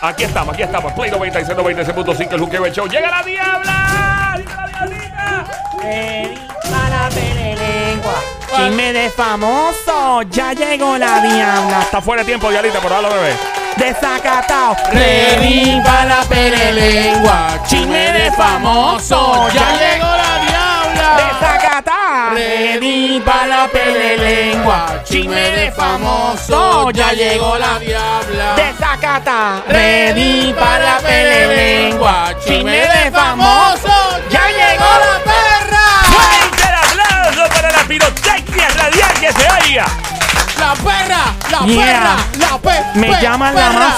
Aquí estamos. Play 96, 96.5, el Juqueo Show. ¡Llega la diabla! ¡Llega la diablita! Para pelelengua. Chisme de famoso. Ya llegó la diabla. Está fuera de tiempo, diablita, por darlo, bebé. Desacatado. Ready para la pelelengua. Chisme de famoso. Ya llegó la diabla. Desacatado. Ready para la pelelengua. Chisme de famoso. Ya llegó la diabla. Desacatado. Ready para la pelelengua. Chisme de famoso. Ya llegó la perra. ¡Fuerte el aplauso para la pirotecnia radial que se oiga! La perra, la Yeah. perra, la perra. Me llaman la más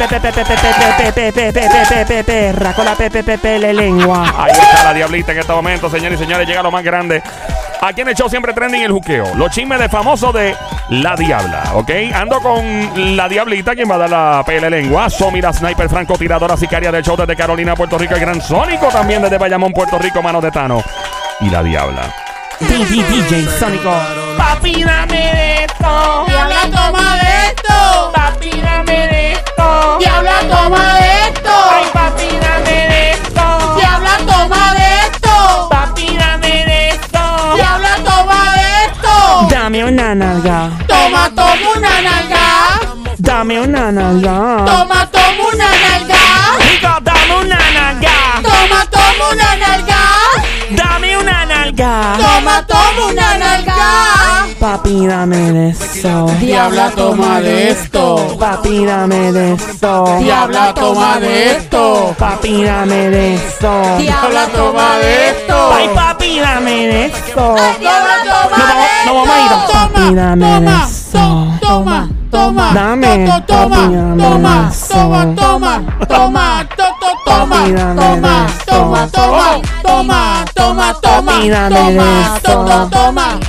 perra con la lengua. Ahí está la diablita en este momento, señores y señores. Llega lo más grande. Aquí en el show siempre trending el juqueo. Los chismes de famosos de la diabla, ¿ok? Ando con la diablita, quien va a dar la pele lengua. Somi, la sniper francotiradora sicaria del show desde Carolina, Puerto Rico. El gran Sónico también desde Bayamón, Puerto Rico, manos de Tano. Y la diabla. DJ Sónico. Papi, dame de esto. Diabla, toma de esto. Papi, dame de esto. Diabla, toma de esto. Ay, papi, dame de esto. Diabla, toma de esto. Papi, dame de esto. Diabla, toma de esto. Dame una nalga. Toma una nalga. Dame una nalga. Toma una nalga. Rico, dame una nalga. Toma una nalga. Dame una nalga. Toma una nalga. Papi, dame de esto. Diabla, toma de esto. Papi, dame de esto. Diabla, toma de esto. Papi, dame de esto. Diabla, toma de esto. Ay, papi, dame de esto. Diabla, toma de esto. No vamos a ir. Papi, dame de Toma, esto. toma, toma. Dame, Toma, papi, dame toma, eso. toma, toma, toma, Papi, dame toma, eso. toma, toma, toma, Papi, dame eso. toma.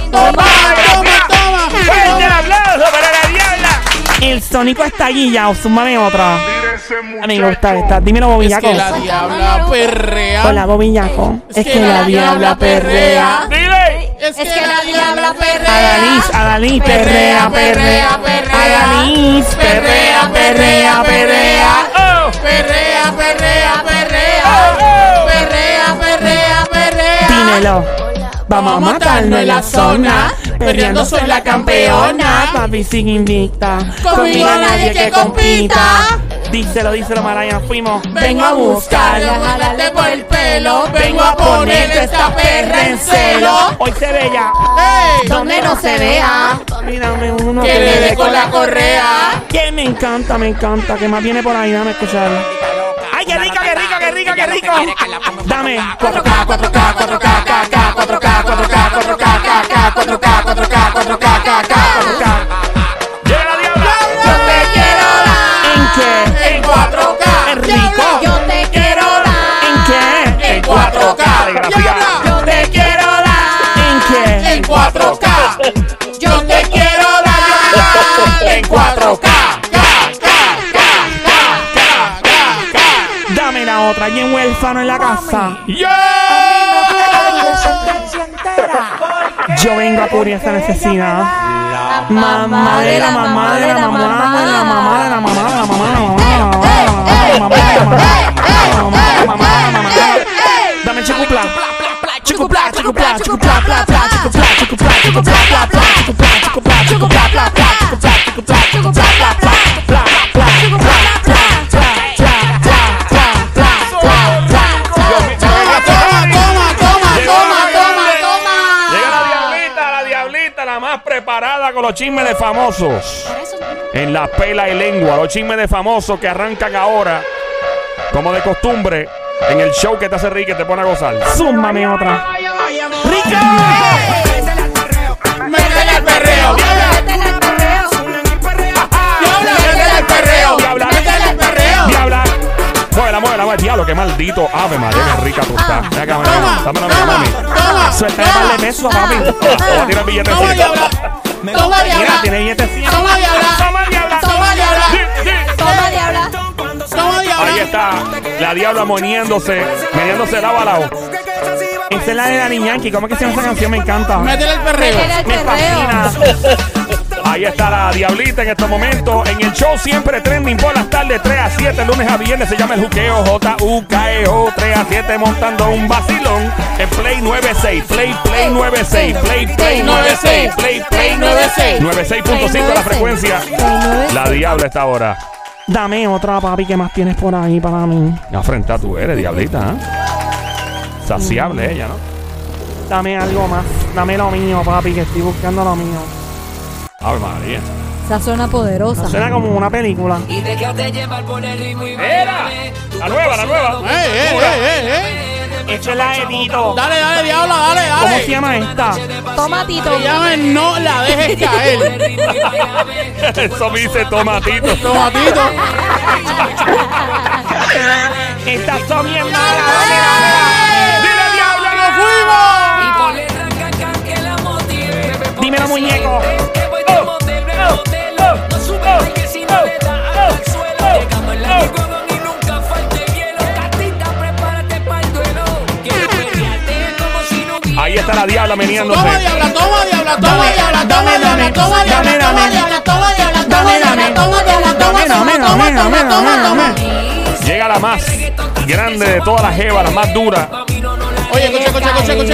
¡Fuerte el aplauso para la diabla! El Sónico está guillado. Súmame otra. A mí me gusta esta. Dímelo, Es bobillaco. que la diabla perrea. Hola, bobillaco. Es que la diabla perrea. ¡Dile! Es que la diabla perrea. Adalís, perrea, perrea. Adalís, perrea, perrea, perrea. ¡Oh! Perrea, perrea, perrea. ¡Oh! Perrea, perrea, perrea. Dímelo. Vamos a matarnos en la zona. Perreando soy la campeona. Papi, sigue invicta. Conmigo nadie que compita. Díselo, Mariah. Fuimos. Vengo a buscar, a jalarte por el pelo. Vengo a ponerte esta perra en celo. Hoy se ve ya. ¡Ey! Donde no se vea. Mírame uno Que le dé con la correa. Que me encanta. Que más viene por ahí. Dame a escuchar. ¡Ay, qué rico! Dame 4K, 4K, 4K, 4K, 4K, 4K, 4K, 4K, 4K, 4K. ¡Llega la diabla! Yo te quiero dar ¿En qué? en 4K. Es rico. Yo te quiero dar. ¿En qué? En 4K. Desgraciada. Yo te quiero dar ¿En qué? en 4K. Yo te quiero dar en 4K. Dame la otra. ¿Quién huérfano en la casa? Yo vengo a cubrir esa necesidad. Mamá de la mamá de la mamá de la mamá de la mamá de la mamá de la mamá de la mamá de la mamá de la mamá. Dame chicupla. Chicupla, chicupla, chicupla, pla, pla, chicupla, chicupla, chicupla, pla, pla, chicupla, chicupla, chicupla, pla, pla, chicupla, chicupla, chicupla, pla, pla, pla, pla, pla, la más preparada con los chismes de famosos. En la pela y lengua, los chismes de famosos que arrancan ahora, como de costumbre, en el show que te hace reír, que te pone a gozar. Súmame otra. ¡Rica! Métele al perreo. Métele al perreo. Métele al perreo. Diabla. Métele al perreo. Diabla. Muévela, muévela, diablo, qué maldito. Ave María, qué rica tú estás. Ven acá, ven acá. Dame una mía, mami. Toma. Suéltame par de pesos, papi. Toma, tira el billete. Toma, diabla. Toma, Mira, diabla. tiene billetes 100. Toma, diabla. Toma, diabla. Toma, diabla. Toma, diabla. Toma, diabla. Ahí está, la diabla meneándose lado a lado. Esa es la de Daddy Yankee. ¿Cómo es que se llama esa canción? Me encanta. Métele al perreo. Métele al Me perreo. fascina. Ahí Ahí está la diablita en estos momentos. En el show siempre trending por las tardes 3 a 7, lunes a viernes. Se llama el juqueo, J-U-K-E-O, 3 a 7 montando un vacilón. En Play 96, Play 96, Play 96, Play 96. 96.5 la frecuencia. La diabla está ahora. Dame otra, papi, ¿qué más tienes por ahí para mí? Afrenta tú eres, diablita, ¿eh? Saciable ella, ¿no? Dame algo más. Dame lo mío, papi, que estoy buscando lo mío. Ave María. Esa zona poderosa. Suena como una película. ¡Era! La nueva. Échela de Tito. Dale, diabla, dale. ¿Cómo se llama esta? Tomatito. Se llama No la dejes caer. Eso me dice tomatito. Tomatito. Estas son bien malas. ¡Dile, diabla! ¡Nos fuimos! Dímelo, muñeco. Ahí está la diabla meneándose. Toma, diabla, toma, diabla, toma, diabla, toma, diabla, toma, diabla, toma, diabla, toma, diabla, toma, diabla, toma, diabla, toma. Llega la más grande de todas las jevas, la más dura. Oye, escucha.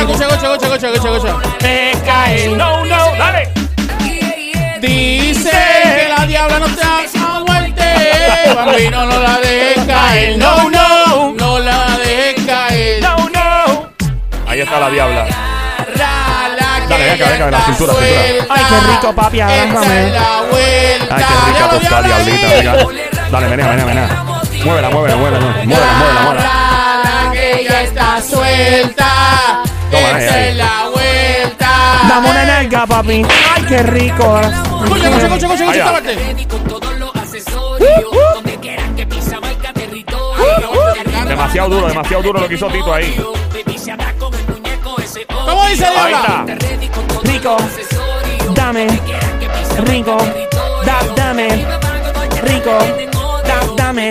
No, dale. Dice que la diabla no te hace muerte. Bambino, no la dejes caer. No la dejes caer. No. Ahí está la diabla. Dale, venga, la cintura. Ay, qué rico, papi, agárrame. Ay, qué rica tostada, diablita. Venga. Dale, menea. Muévela. Que ya está suelta. Toma, Esa ahí. es la vuelta. Dame una nalga, papi. Ay, qué rico. Escucha Allá. esta parte. Demasiado duro lo que hizo Tito ahí. ¿Cómo dice Ahí diabla? está. Rico. Dame. Rico. Dame. Rico. Dame.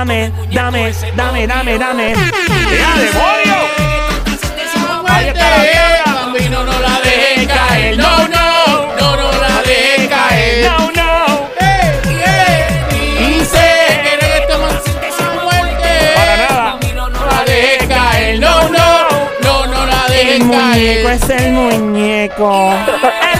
¡Ya, demonio! Ahí está la diabla. Bambino, no la dejes caer. No la dejes caer. No. Dice que en este momento muerte. Para nada. No la dejes caer. No la El dejes muñeco caer. es el muñeco. ¡Qué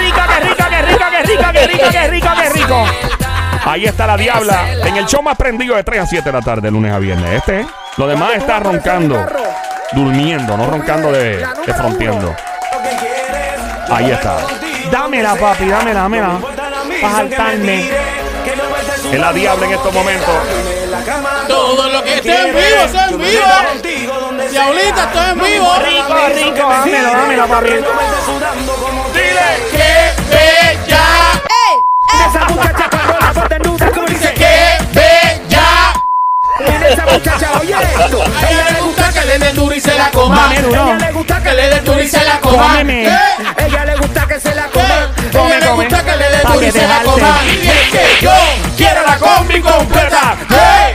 rico! Ahí está la diabla en el show más prendido de 3 a 7 de la tarde, lunes a viernes. Lo demás está roncando, durmiendo, no roncando de fronteando. Ahí está. Dámela, papi, dámela. Para saltarme. Es la diabla en estos momentos. Todo lo que esté en vivo, está en vivo. Diablita, estoy en vivo. Rico, dámelo, papi. Dile que bella. Esa muchacha cuando la voz desnuda, como dice. Que bella. Esa muchacha, oye esto. A ella le gusta que le den duro y se la coma. Dame duro. A ella le gusta que le den duro y se la coma. Cómeme. Ella le gusta que se la coma. A Come. ella le gusta que le den Pa' duro que y se te la jalte. coma. Y es que yo quiero la combi completa. ¡Hey!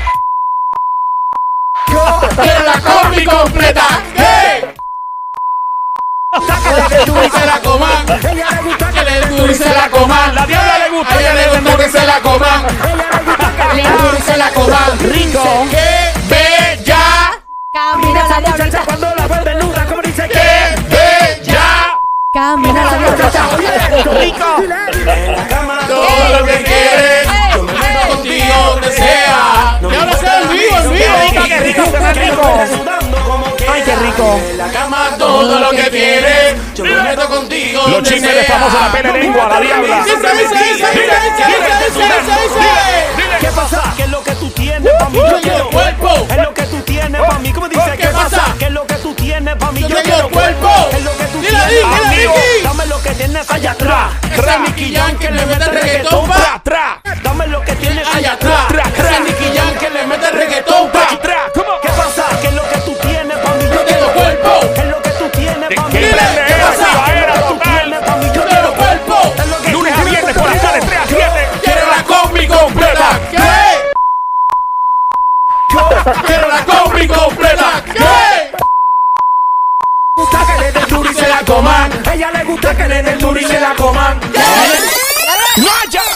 Yo quiero la combi completa. ¡Hey! Que le den duro y se la coman. A ella le gusta que le den duro y se la coman. La diabla le gusta A ella le gusta que se la coman. Le den duro y se la coman. Rico. ¡Qué bella! Camina la diablita. Cuando la voz desnuda, como dice. ¡Qué bella! Camina la diablita. Rico. Todo lo que quieres, yo me meto contigo donde sea. Diablo, sea en vivo, en vivo. Qué rico, suena rico. Ay, qué rico. En la cama todo lo que quieres, yo me meto contigo Los donde chismes de famosa la pele lengua, la diabla. Dice. ¿Qué pasa? ¿Qué es lo que tú tienes pa' mí? Yo quiero cuerpo. Es lo que tú tienes pa' mí. ¿Cómo dice? ¿Qué pasa? ¿Qué es lo que tú tienes pa' mí? Yo quiero cuerpo. Es lo que tú Dile, tienes dile, pa' mí. Ricky. Dame lo que tienes allá atrás. Ese Nicky Jam que le mete reggaetón pa' Tra. Dame lo que tienes allá atrás. Ese Nicky Jam que le mete reggaetón pa' ¿Qué pasa? ¿Qué es lo que tú tienes pa' mí? Yo tengo cuerpo. Es lo que tú tienes pa' mí. ¿Qué Dile, ¿qué pasa? Era Tú total. tienes pa' mí. Yo tengo cuerpo. Es lo que tú Lunes a tienes viernes pa' por mí. las tardes 3 a 7. Quiero la combi completa. ¿Qué? Quiero la combi completa. ¿Qué? Gusta que le den duro y se la coman. Ella le gusta que le den duro y se la coman. ¡No haya!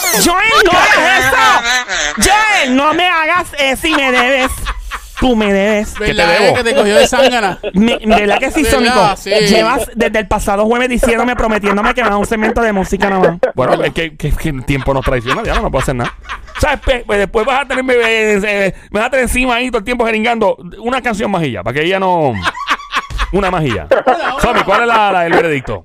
No me hagas eso y me debes. Tú me debes. ¿Qué te ¿Verdad debo? que te cogió de zángana? ¿Verdad que sí, ¿Verdad? Sónico? Sí. Llevas desde el pasado jueves diciéndome, prometiéndome que me das un segmento de música nada más. Bueno, es que el tiempo nos traiciona, ya no puedo hacer nada. ¿Sabes? Pues después vas a tenerme, me vas a tener encima ahí todo el tiempo jeringando una canción más y ya, para que ella no... Una más y ya. Somi, ¿cuál es el veredicto?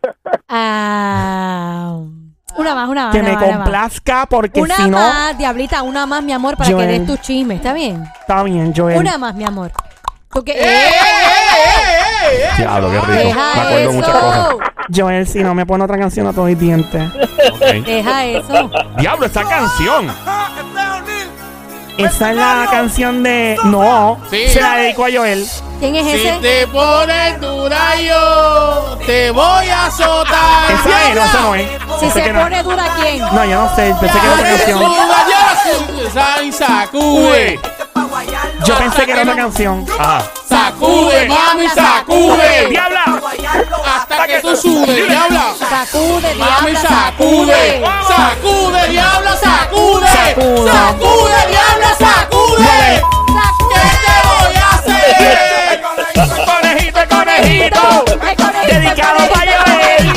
Una más. Que me una más. complazca porque Una si no... más, diablita, una más, mi amor, para Joel. que des tu chisme. ¿Está bien? Está bien, Joel. Una más, mi amor. ¿Tú qué? Diablo, qué rico. Deja Me acuerdo muchas cosas. eso. Joel, si no me pone otra canción a todos mis dientes. Ok. Deja eso. Diablo, esta canción. Esa es la canción de... No, Sí. se la dedico a Joel. ¿Quién es Si ese? te pones dura yo, te voy a azotar. Esa es, no, esa no es. Si Pensé se que no. pone dura, ¿quién? No, yo no sé, pensé que era otra canción. Sacude, sacude. Yo pensé que era otra canción. Ajá. Sacude, mami, sacude. ¡Diabla! Hasta que tú subes, diabla. Sacude, Mami, diabla, sacude. Sacude, diabla, sacude. Sacude. Sacude, diabla, sacude. ¿Qué te voy a hacer? ¡Conejito, conejito! Dedicado para Joel.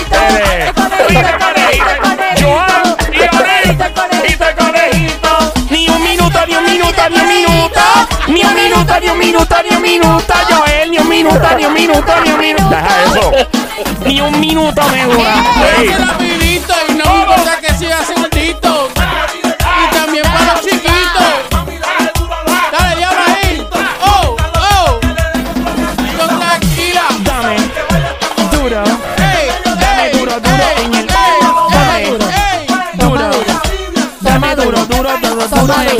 Joan y Leonel. Conejito. Ni un minuto, ni un minuto, ni un minuto. Ni un minuto, ni un minuto, ni un minuto. Joel, ni un minuto, ni un minuto, ni un minuto. Deja eso. Ni un minuto me dura. Ey. Hace rapidito y no importa que sea segundito. Y también para los chiquitos. Dale, diabla ahí. Oh, oh. Yo tranquila. Dame duro, Ey, dame ey, duro, duro ey, en el... ey, Dame ey, duro, ey. duro. Dame duro, duro, duro, duro en el...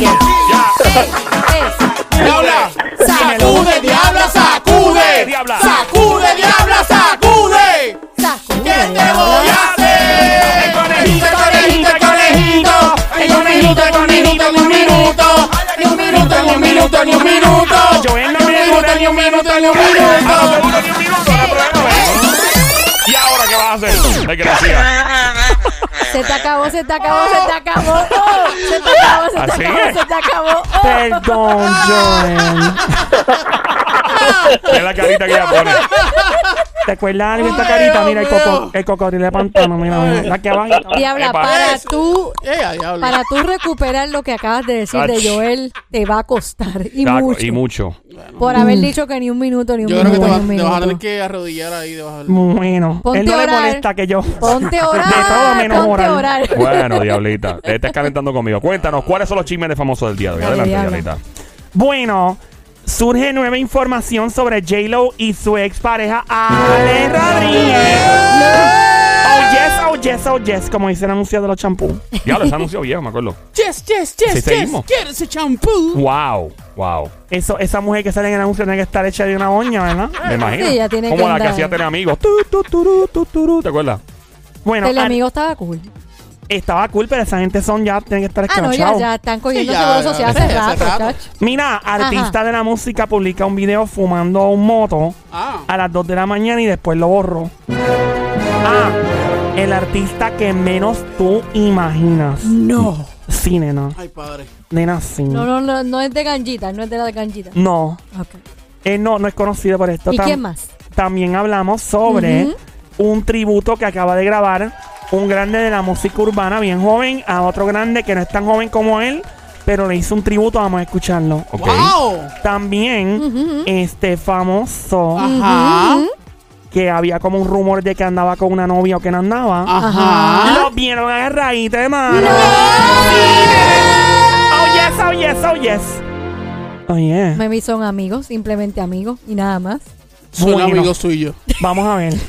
Diabla, sacude, diabla, sacude. Diabla. Sacude, diabla, sacude. ¿Qué te voy a hacer? Conejito, Conejito, conejito. el conejito, el conejito, Ni un minuto. Ni un minuto, ni un minuto, ni un minuto. Joel no Ni un me minuto, dura ni un minuto, ni un Ah, no minuto. te dura ni un minuto, no hay problema, ¿eh? ¿Y ahora qué vas a hacer? Desgracia. Se te acabó, se te acabó, se te acabó. Oh, se te acabó, se te ¿Así acabó, es? se te acabó. Oh. Perdón, Joel. Es la carita que ella pone. ¿Te acuerdas de esta Ay, carita? Dios Mira mío. el cocodrilo de pantano, mira, mira. Aquí abajo. Diabla, Epa. para tú recuperar lo que acabas de decir de Joel, te va a costar. Y Taco, mucho. y mucho. Por haber dicho que ni un minuto, ni un Yo creo que minuto, te ni un vas a tener minuto. que arrodillar ahí debajo del... Bueno, Ponte él no a le orar. molesta que yo... Ponte a orar, De todo menos ponte a orar. orar. Bueno, diablita, te estás calentando conmigo. Cuéntanos, ¿cuáles son los chismes de famosos del día de hoy? Dale, Adelante, diabla. diablita. Bueno, surge nueva información sobre J-Lo y su expareja Ale Rodríguez. Oh yes, oh yes, como dice el anuncio de los champús. Diablo, ese anuncio viejo, me acuerdo. Yes, yes, Sí, yes, yes. seguimos. Quiero ese champú. Wow, wow. Eso, esa mujer que sale en el anuncio tiene que estar hecha de una moña, ¿verdad? Me imagino. Sí, ya tiene Como que la que andar. hacía tener amigos. ¿Te acuerdas? Bueno, Teleamigo estaba cool. estaba cool, pero esa gente ya tienen que estar Ah, no, escrachados. ya están cogiendo Sí, ya, seguro social ya, hace hace rato, rato. chacho. Mira, artista Ajá. de la música publica un video fumando un moto Ah. a las 2 de la mañana y después lo borró. Ah, el artista que menos tú imaginas. No. Sí, nena. Ay, padre. Nena, sí. No es de ganjita, no es de la ganjita. No. Ok. No es conocido por esto. ¿Y quién más? También hablamos sobre Ujú. un tributo que acaba de grabar un grande de la música urbana, bien joven, a otro grande que no es tan joven como él, pero le hizo un tributo. Vamos a escucharlo. Ok. Wow. También, Ujú. este famoso, Ajá. Ujú. que había como un rumor de que andaba con una novia o que no andaba. Ajá. Lo vieron agarradito de mano. ¡No! Oh yes, oh yes, oh yes. Oh yeah. Maybe son amigos, simplemente amigos y nada más. Son Bueno. amigos suyos. Vamos a ver.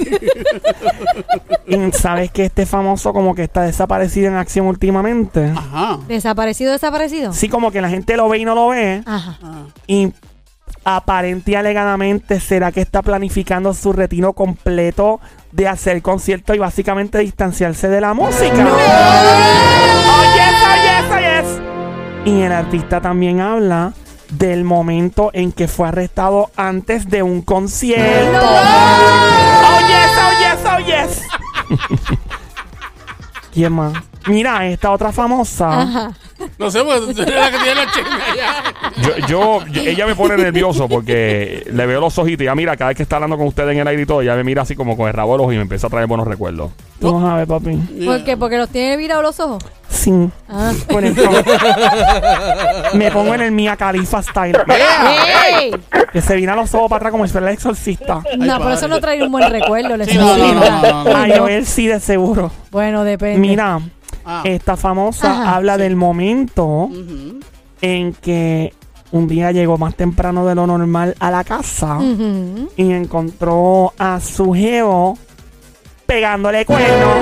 Y sabes que este famoso como que está desaparecido en acción últimamente. Ajá. ¿Desaparecido? Sí, como que la gente lo ve y no lo ve. Ajá. Ah. Y aparente y alegadamente será que está planificando su retiro completo de hacer conciertos y básicamente distanciarse de la música. Oh yes, oh yes, oh yes. Y el artista también habla del momento en que fue arrestado antes de un concierto. Oh yes, oh yes, oh yes. ¿Quién más? Mira, esta otra famosa Ajá. No sé, porque tú eres la que tiene los chismes allá. Ella me pone nervioso porque le veo los ojitos y ya mira, cada vez que está hablando con ustedes en el aire y todo, ella me mira así como con el rabo de los ojos y me empieza a traer buenos recuerdos. Vamos a ver, papi. ¿Por qué? ¿Porque los tiene virados los ojos? Sí. Ah. Por eso. Me pongo en el Mia Khalifa style. ¡Ey! Que se vina los ojos para atrás como si fuera el exorcista. No, pero eso no trae un buen recuerdo. Sí, no. A Joel sí, de seguro. Bueno, depende. Mira, Ah. esta famosa Ajá. habla del momento Ujú. en que un día llegó más temprano de lo normal a la casa Ujú. y encontró a su jevo pegándole cuernos.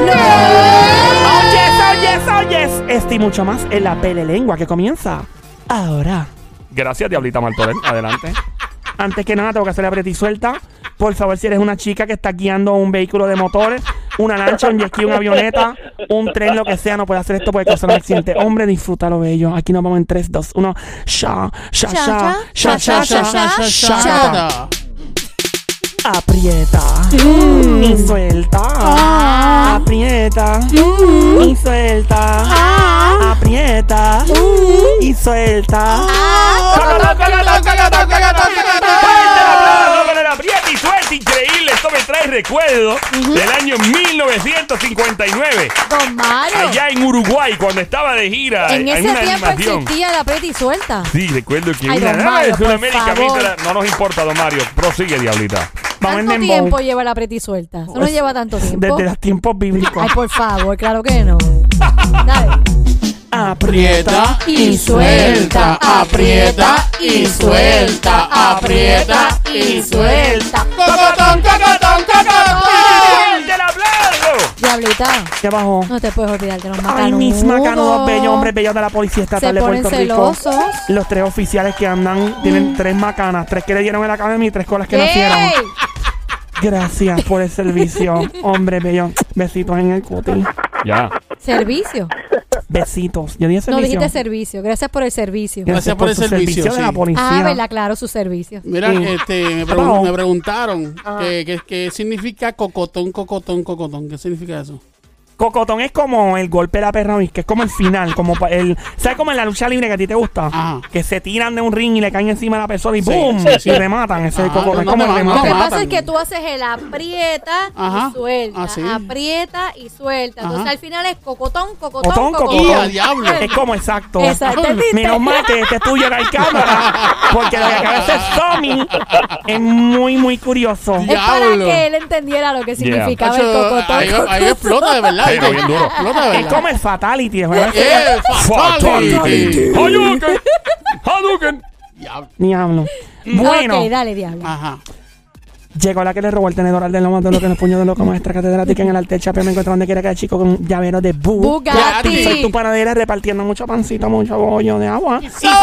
Oyes. Este y mucho más en la Pele Lengua que comienza ahora. Gracias, Diablita Martorell. Adelante. Antes que nada, tengo que hacer la aprieta y suelta. Por favor, si eres una chica que está guiando un vehículo de motores, una lancha, un jet ski, una avioneta, un tren, lo que sea, no puede hacer esto porque causa un accidente. Hombre, disfrútalo, bello. Aquí nos vamos en 3, 2, 1. Sha. Aprieta y suelta. Aprieta y suelta. Aprieta y suelta. Aprieta y suelta, increíble. Esto me trae recuerdos del año 1959. Don Mario. Allá en Uruguay, cuando estaba de gira En ese una tiempo animación. existía la aprieta y suelta. Sí, recuerdo que Ay, una don Mario, de por Sudamérica favor. no nos importa, don Mario. Prosigue, Diablita. Vamos en ¿Cuánto dembow. tiempo lleva la aprieta y suelta? Eso no lleva tanto tiempo. Desde los tiempos bíblicos. Ay, por favor, claro que no. Dale. Aprieta y suelta, aprieta y suelta, aprieta y suelta. ¡Cocotón, cocotón, cocotón! ¡Fuerte el aplauso! Diablita, ¿Qué bajó? no te puedes olvidar de los macanudos. Ay, mis macanudos, bellos hombres bellos de la Policía Estatal Se de ponen Puerto Rico. celosos. Los 3 oficiales que andan tienen 3 macanas, 3 que le dieron en la academia y 3 con las que nacieron. ¡Ey! Gracias por el servicio, hombre bello. Besitos en el cuti. Ya. Servicio. Besitos. Yo dije No servicio. dijiste servicio. Gracias por el servicio. Gracias por el su servicio, de la sí. policía. Ah, ¿verdad? Claro, su servicio. Mira, Sí. me preguntaron qué significa cocotón, cocotón, cocotón. ¿Qué significa eso? Cocotón es como el golpe de la perra, que es como el final, como el, ¿sabes? Como en la lucha libre que a ti te gusta, Ajá. que se tiran de un ring y le caen encima a la persona y Sí, ¡boom! sí, sí. Y rematan. Ese es el Ajá, cocotón, es no como te el van- Lo no que remate. te pasa matan. es que tú haces el aprieta Ajá. y suelta. Así. Aprieta y suelta. Entonces Ajá. al final es cocotón, cocotón, Cocotón, cocotón. ¡Y cocotón. a diablo! Es como exacto. Exacto. ¿Entendiste? Menos mal que este tuyo no hay cámara, porque lo que acaba de hacer Tommy es muy, muy curioso. Es para Diablo. que él entendiera lo que significaba el Tacho, cocotón. ahí explota de verdad. Pero bien duro. Explota de Es verdad. como el fatality, ¿verdad? Fatality. Hadouken. Hadouken. Diablo. Diablo. Bueno, Ok, dale, diablo. Ajá. llegó la que le robó el tenedor al de lo de los puños de loca maestra catedrática en el Alter Chapel. Me encuentro donde quiera que el chico con llavero de Bugatti. Soy tu panadera repartiendo mucho pancito, mucho bollo de agua.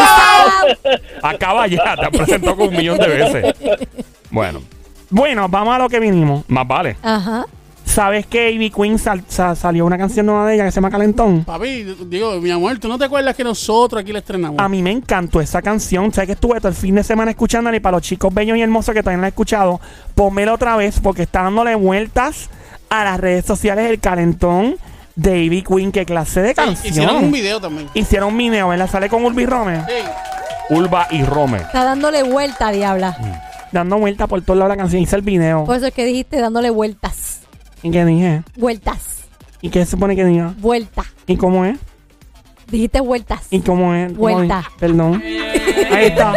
Acaba ya, te presentó con 1,000,000 de veces. Bueno, Bueno, vamos a lo que vinimos. más vale. Ajá. ¿Sabes que Ivy Queen salió una canción nueva de ella que se llama Calentón? Papi, digo, mi amor, ¿tú no te acuerdas que nosotros aquí la estrenamos? A mí me encantó esa canción. ¿Sabes que estuve todo el fin de semana escuchándola? Y para los chicos bellos y hermosos que todavía no la han escuchado, pónmela otra vez porque está dándole vueltas a las redes sociales el Calentón de Ivy Queen. ¿Qué clase de Sí, canción? hicieron un video también. Hicieron un video, ¿verdad? Sale con Ulvi Rome Sí. Ulva y Rome. Está dándole vuelta, diabla. dando vueltas por todos lados la canción. Hice el video. Por eso es que dijiste dándole vueltas. ¿Y qué dije? Vueltas. ¿Y qué se supone que diga? Vuelta. ¿Y cómo es? Dijiste vueltas. ¿Y cómo es? ¿Cómo Vuelta. dice? Perdón. Ahí está.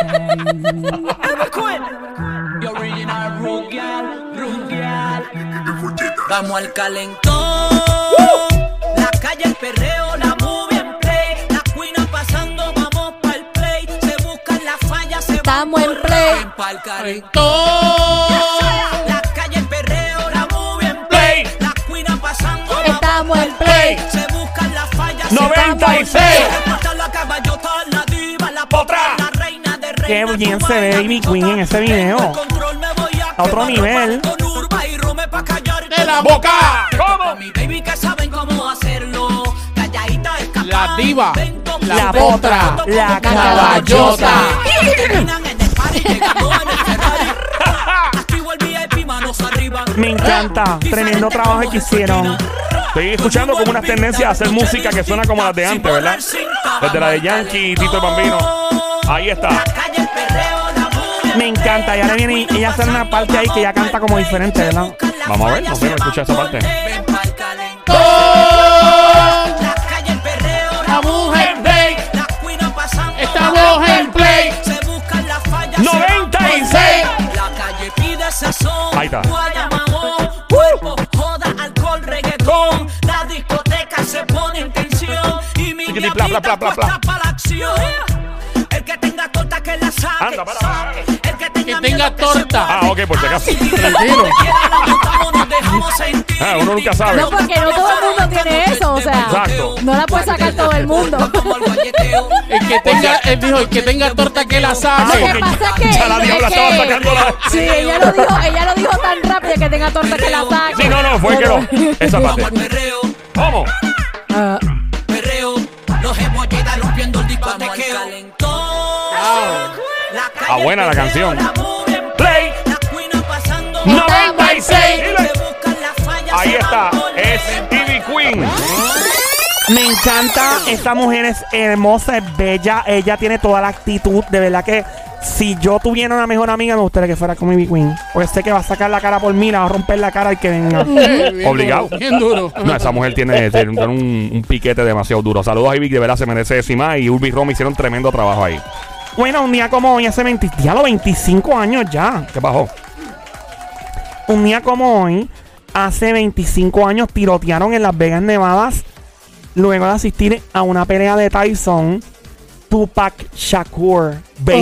Vamos al calentón. La calle, el perreo, la movie en play. La cuina pasando, vamos pa'l play. Se buscan las fallas, se Estamos van en por play. ven pa'l calentón. ¡Todo! La calle, el perreo, la movie en play. La cuina pasando, Estamos en play. se buscan las fallas. 96. La caballota, la diva, la potra, la reina de Qué reina. bien se ve Ivy Queen en ese video. Control, me voy A otro nivel. Con Urba y Rome pa' callar ¡De la boca! A mi baby que saben cómo hacerlo. Calladita escapada. La diva, La potra, la caballota. Terminan en el party, llegando en el Ferrari. Activo el VIP, manos arriba. Me encanta. Tremendo trabajo que hicieron. Estoy escuchando como una tendencia a hacer música que suena como las de antes, ¿verdad? Desde la de Yankee, Tito el Bambino. Ahí está. Me encanta. Y ahora viene y ella hace una parte ahí que ella canta como diferente, ¿verdad? Vamos a ver, no sé, no escucha esa parte. La mujer play. Estamos en play. 96. La calle pide sazón. Ahí está. Cuerpo, joda, alcohol, reggaetón. La discoteca se pone en tensión. Y mi Chiquiti, bla, bla, bla, bla, bla. para la acción. El que tenga torta que la saque. Anda, para. El que tenga, Que tenga miedo que se torta. Ah, ok, por si acaso. Tranquilo. Ah, uno nunca sabe. No, porque no todo el mundo tiene eso, o sea. Exacto. No la puede sacar todo el mundo. El que tenga, él dijo, el que tenga torta que la Lo saque. que pasa es que. Ya la diabla es estaba que- sacándola. Sí, ella lo dijo tan rápido que tenga torta que la saque. Sí, no, fue que no. Esa parte. ¿Cómo? Ah, Perreo, los emojis rompiendo el discotequeo. Ah, buena la canción. Play. 96. Ahí está. Es Ivy Queen. Me encanta. Esta mujer es hermosa, es bella. Ella tiene toda la actitud. De verdad que si yo tuviera una mejor amiga, me gustaría que fuera con Ivy Queen. Porque sé que va a sacar la cara por mí, la va a romper la cara y que venga. Bien Obligado. duro, Bien duro. No, esa mujer tiene un piquete demasiado duro. Saludos a Ivy, de verdad se merece eso y más. Y Urbi y Rom hicieron tremendo trabajo ahí. Bueno, un día como hoy, hace 25 años ya. ¿Qué bajó? Un día como hoy, hace 25 años, tirotearon en Las Vegas, Nevada, luego de asistir a una pelea de Tyson, Tupac Shakur.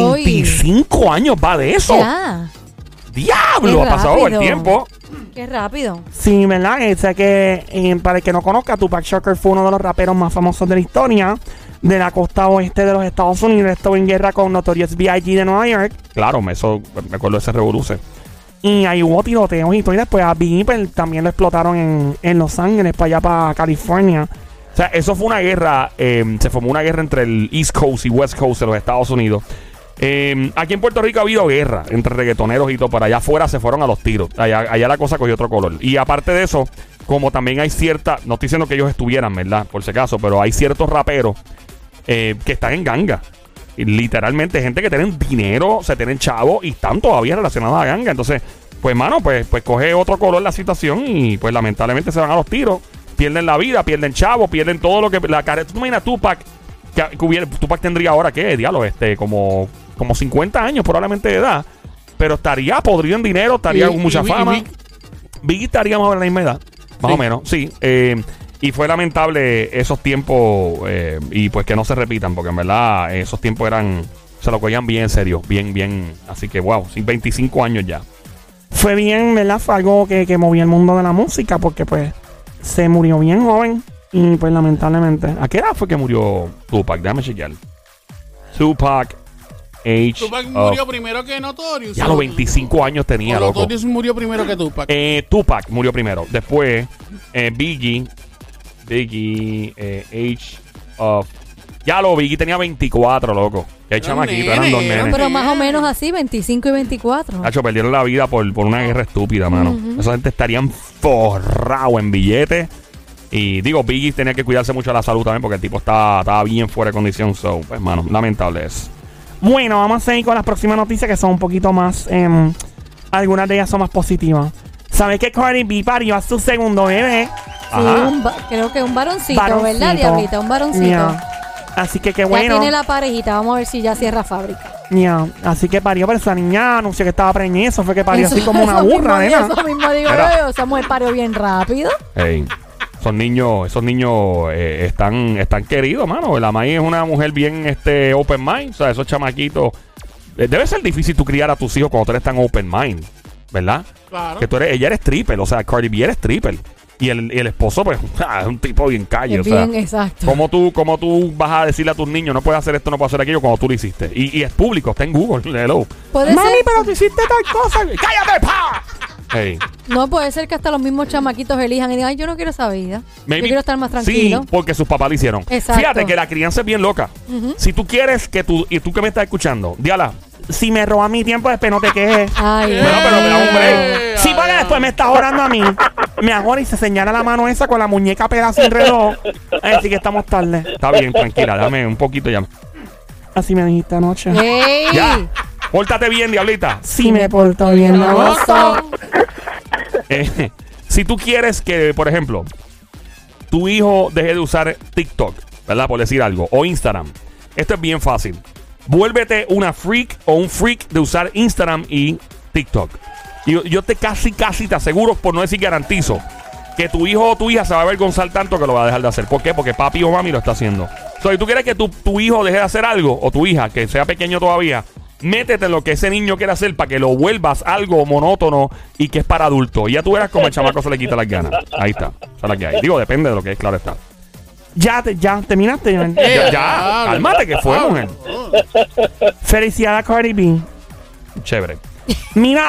25 años va de eso. ya. ¡Diablo! Qué Ha pasado el rápido. tiempo. Qué rápido. Sí, ¿verdad? Sé que, para el que no conozca, Tupac Shakur fue uno de los raperos más famosos de la historia de la costa oeste de los Estados Unidos. Estuvo en guerra con Notorious B.I.G. de Nueva York. Claro, eso me acuerdo de ese revoluce. Y ahí hubo tiroteos y todo. Y después a Biggie pues, también lo explotaron en Los Ángeles, para allá, para California. O sea, eso fue una guerra. Se formó una guerra entre el East Coast y West Coast de los Estados Unidos. Aquí en Puerto Rico ha habido guerra entre reggaetoneros y todo. Para allá afuera se fueron a los tiros. Allá la cosa cogió otro color. Y aparte de eso, como también hay cierta. No estoy diciendo que ellos estuvieran, ¿verdad? Por si acaso, pero hay ciertos raperos que están en ganga. Y literalmente, gente que tienen dinero, se tienen chavos y están todavía relacionados a ganga. Entonces, pues, mano, pues coge otro color la situación y, pues, lamentablemente se van a los tiros. Pierden la vida, pierden chavos, pierden todo lo que. La carrera. ¿Tú te imaginas Tupac? Tupac tendría ahora, ¿qué? Diablo, como 50 años probablemente de edad. Pero estaría podrido en dinero, estaría con mucha fama. Biggie estaría más o menos a la misma edad. Más o menos, sí. Y fue lamentable esos tiempos y pues que no se repitan, porque en verdad esos tiempos se lo cogían bien en serio, bien. Así que wow, sí, 25 años ya. Fue bien, ¿verdad? Fue algo que movía el mundo de la música, porque pues se murió bien joven. Y pues lamentablemente. ¿A qué edad fue que murió Tupac? Déjame chequear. Tupac Tupac murió primero que Notorious. Ya los 25 años tenía, loco. Notorious murió primero que Tupac. Tupac murió primero. Después, Biggie, Biggie tenía 24, loco. Qué Era un chamaquito, nene, eran dos era un nenes. Pero más o menos así, 25 y 24. Nacho, perdieron la vida por una guerra estúpida, mano. Esa gente estarían forrados en billetes. Y digo, Biggie tenía que cuidarse mucho de la salud también, porque el tipo estaba bien fuera de condición. So, pues, mano, lamentable es. Bueno, vamos a seguir con las próximas noticias, que son un poquito más. Algunas de ellas son más positivas. ¿Sabes que Cardi B parió a su segundo bebé? Sí, creo que un varoncito, ¿verdad, Diablita? Un varoncito. Yeah. Así que qué Ya bueno. tiene la parejita, vamos a ver si ya cierra fábrica. Yeah. Así que parió, pero esa niña anunció que estaba preñada. Eso fue que parió Eso- así como una eso burra, mismo, nena. Eso mismo digo Mira. yo, esa mujer parió bien rápido. Ey, esos niños están queridos, mano. La May es una mujer bien open mind. O sea, esos chamaquitos. Debe ser difícil tú criar a tus hijos cuando tú eres tan open mind, ¿verdad? Claro. Que ella eres triple, o sea, Cardi B eres triple. Y el esposo, pues, es un tipo bien calle. Es o sea, bien, exacto. ¿cómo tú vas a decirle a tus niños, no puedes hacer esto, no puedes hacer aquello, cuando tú lo hiciste? Y es público, está en Google. Hello. Puede Mami, ser, pero tú hiciste tal cosa. ¡Cállate, pa! Hey. no puede ser que hasta los mismos chamaquitos elijan y digan, ay, yo no quiero esa vida. Maybe- Yo quiero estar más tranquilo. Sí, porque sus papás lo hicieron. Exacto. Fíjate que la crianza es bien loca. Si tú quieres y tú que me estás escuchando, Diala, Si me robas mi tiempo, después no te quejes. Ay, Bueno, pero me da un break. Sí, porque después me estás orando a mí. Me ahora y se señala la mano esa con la muñeca pegada sin reloj. Así que estamos tarde. Está bien, tranquila, dame un poquito ya. Así me dijiste anoche. ¡Ey! Ya. Pórtate bien, diablita. Sí me porto bien, me gozo. Si tú quieres que, por ejemplo, tu hijo deje de usar TikTok, ¿verdad? Por decir algo, o Instagram. Esto es bien fácil. Vuélvete una freak o un freak de usar Instagram y TikTok. Y yo te casi te aseguro, por no decir garantizo, que tu hijo o tu hija se va a avergonzar tanto que lo va a dejar de hacer. ¿Por qué? Porque papi o mami lo está haciendo. Entonces, si tú quieres que tu hijo deje de hacer algo, o tu hija, que sea pequeño todavía, métete en lo que ese niño quiere hacer para que lo vuelvas algo monótono y que es para adultos. Y ya tú verás cómo el chamaco se le quita las ganas. Ahí está. Esa es la que hay. Digo, depende de lo que es, claro está. Ya terminaste, Joel. Ya, cálmate, que fue, mujer. Felicidades a Cardi B. Chévere. Mira.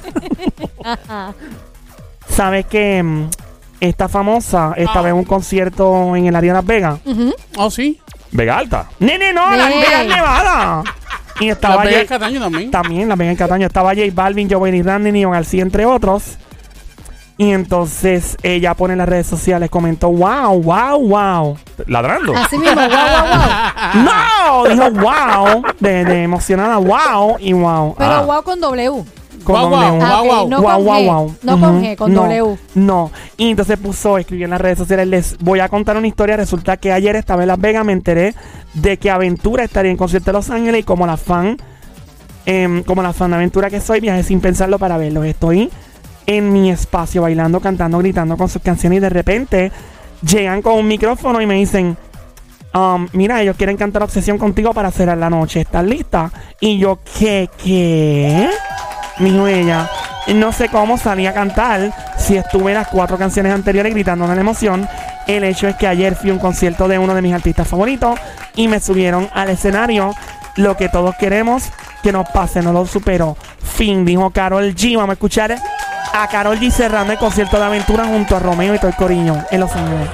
¿Sabes que esta famosa estaba en un concierto en el área de Las Vegas? Oh, sí. Vega Alta. Nene, no, Las Nene. Vegas, Nevada. Y estaba Las Vegas J- Cataño también. También, Las Vegas en Cataño. Estaba J Balvin, Giovanni Randy, Nio García, entre otros. Y entonces ella pone en las redes sociales, comentó, wow. Ladrando. Así mismo, wow. No, dijo wow, de emocionada, wow y wow. Pero wow con W. Con Guau, W. guau, Ah, guau, ok, no Guau, con guau, G. guau. No con Ujú. G, con No, W. No. Y entonces escribió en las redes sociales, les voy a contar una historia. Resulta que ayer estaba en Las Vegas, me enteré de que Aventura estaría en concierto de Los Ángeles y como la fan de Aventura que soy, viajé sin pensarlo para verlos. Estoy en mi espacio bailando, cantando, gritando con sus canciones y de repente llegan con un micrófono y me dicen, mira, ellos quieren cantar Obsesión contigo para cerrar la noche. ¿Estás lista? Y yo, ¿qué? Mijo, ella, no sé cómo salí a cantar si estuve en las 4 canciones anteriores gritando en la emoción. El hecho es que ayer fui a un concierto de uno de mis artistas favoritos y me subieron al escenario. Lo que todos queremos que nos pase, no lo supero. Fin, dijo Karol G. Vamos a escuchar a Karol G cerrando el concierto de Aventura junto a Romeo y todo el corillo en Los Ángeles.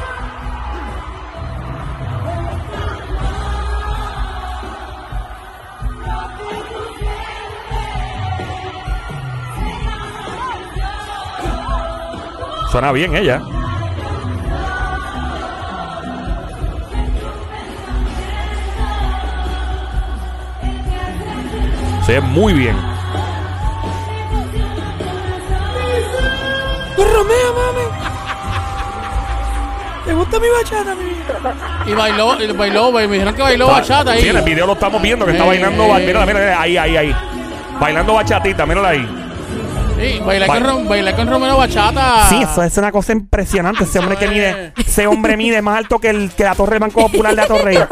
Suena bien ella. Se ve muy bien. Romeo, mami. ¿Te gusta mi bachata, mi vida? Y bailó, me dijeron que bailó bachata ahí. Sí, en el video lo estamos viendo que está bailando. Mira, ahí. Bailando bachatita, mírala ahí. Sí, bailé con Romero bachata. Sí, eso es una cosa impresionante. Ese hombre mide más alto que la Torre del Banco Popular de Atorrey.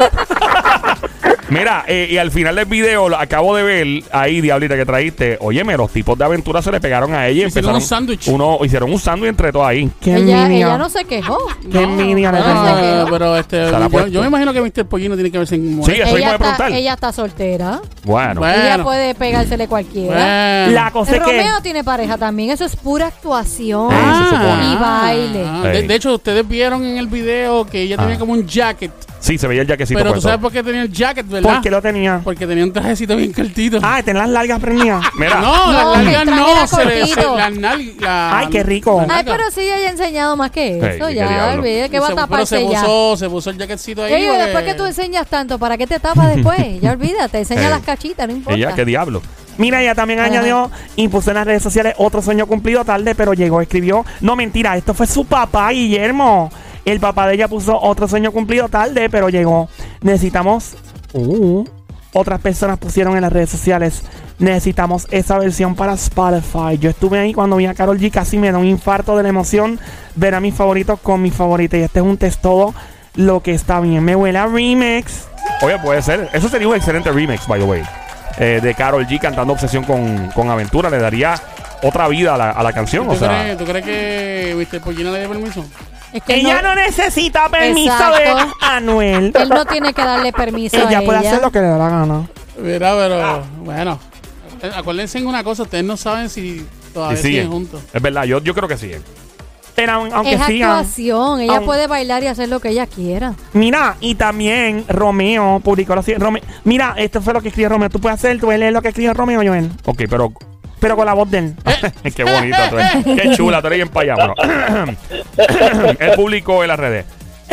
Mira, y al final del video, lo acabo de ver ahí, diablita, que trajiste. Óyeme, los tipos de Aventura se le pegaron a ella y Hicieron empezaron. un sándwich. Hicieron un sándwich entre todos ahí. Qué Ella envidia. no se quejó. Qué envidia le tengo. Pero Se la ha puesto. yo me imagino que Mr. Pollino tiene que verse en Sí, eso mismo de preguntar. Ella está soltera. Bueno. Ella puede pegársele cualquiera. Bueno. La cosa es que... Romeo tiene pareja también. Eso es pura actuación. Se supone. Y baile. Ey. De hecho, ustedes vieron en el video que ella tenía como un jacket. Sí, se veía el jaquecito Pero tú puesto. sabes por qué tenía el jacket, ¿verdad? ¿Por qué lo tenía? Porque tenía un trajecito bien cortito. Ah, ten las largas prendidas. Mira. No, No, las el nalgas traje no. era cortito. Ay, qué rico. Ay, pero sí, ella ha enseñado más que eso. Hey, qué Ya, diablo. olvide que va a Pero taparse ya. se puso el jacketcito ahí. Ey, porque- después que tú enseñas tanto, ¿para qué te tapas después? Ya olvídate, enseña Ey. las cachitas, no importa. Ella, qué diablo. Mira, ella también Ajá. añadió y puso en las redes sociales otro sueño cumplido tarde, pero llegó, escribió. No, mentira, esto fue su papá, Guillermo. El papá de ella puso otro sueño cumplido tarde, pero llegó. Necesitamos... otras personas pusieron en las redes sociales. Necesitamos esa versión para Spotify. Yo estuve ahí cuando vi a Karol G. Casi me da un infarto de la emoción ver a mis favoritos con mis favoritos. Y este es un test todo lo que está bien. Me huele a remix. Oye, puede ser. Eso sería un excelente remix, by the way. De Karol G cantando Obsesión con Aventura. Le daría otra vida a la canción. O sea, ¿Tú crees que Mr. Pollino le dio permiso? Es que Ella no necesita permiso de Exacto. Anuel. Él no tiene que darle permiso a Ella ella. puede hacer lo que le da la gana. Mira, pero bueno. Acuérdense en una cosa, ustedes no saben si todavía y siguen siguen. juntos. Es verdad, yo creo que sí. Pero aunque Es sigan. actuación, ella Aun- puede bailar y hacer lo que ella quiera. Mira, y también Romeo publicó lo siguiente. Mira, esto fue lo que escribió Romeo. Tú puedes leer lo que escribió Romeo, Joel. Ok, pero pero con la voz de él. Qué bonita tú eres. Qué chula, tú eres bien para allá. Bueno. Él publicó en las redes.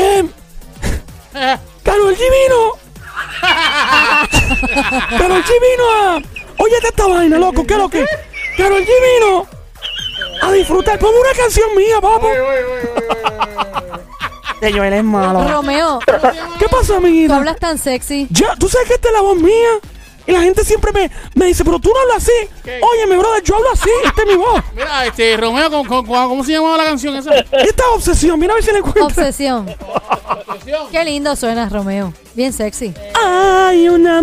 Karol G vino. Karol G vino. Óyete esta vaina, loco. ¿Qué es lo que? Karol G vino a disfrutar. Ponme una canción mía, papá. De Joel es malo. Romeo, ¿Qué pasó, tú amiguita? hablas tan sexy. Ya, tú sabes que esta es la voz mía. Y la gente siempre me dice, pero tú no hablas así. ¿Qué? Óyeme, brother, yo hablo así. Esta es mi voz. Mira, Romeo, ¿cómo se llamaba la canción esa? Esta obsesión, mira a ver si la encuentro. Obsesión. Qué lindo suena, Romeo. Bien sexy. Hay una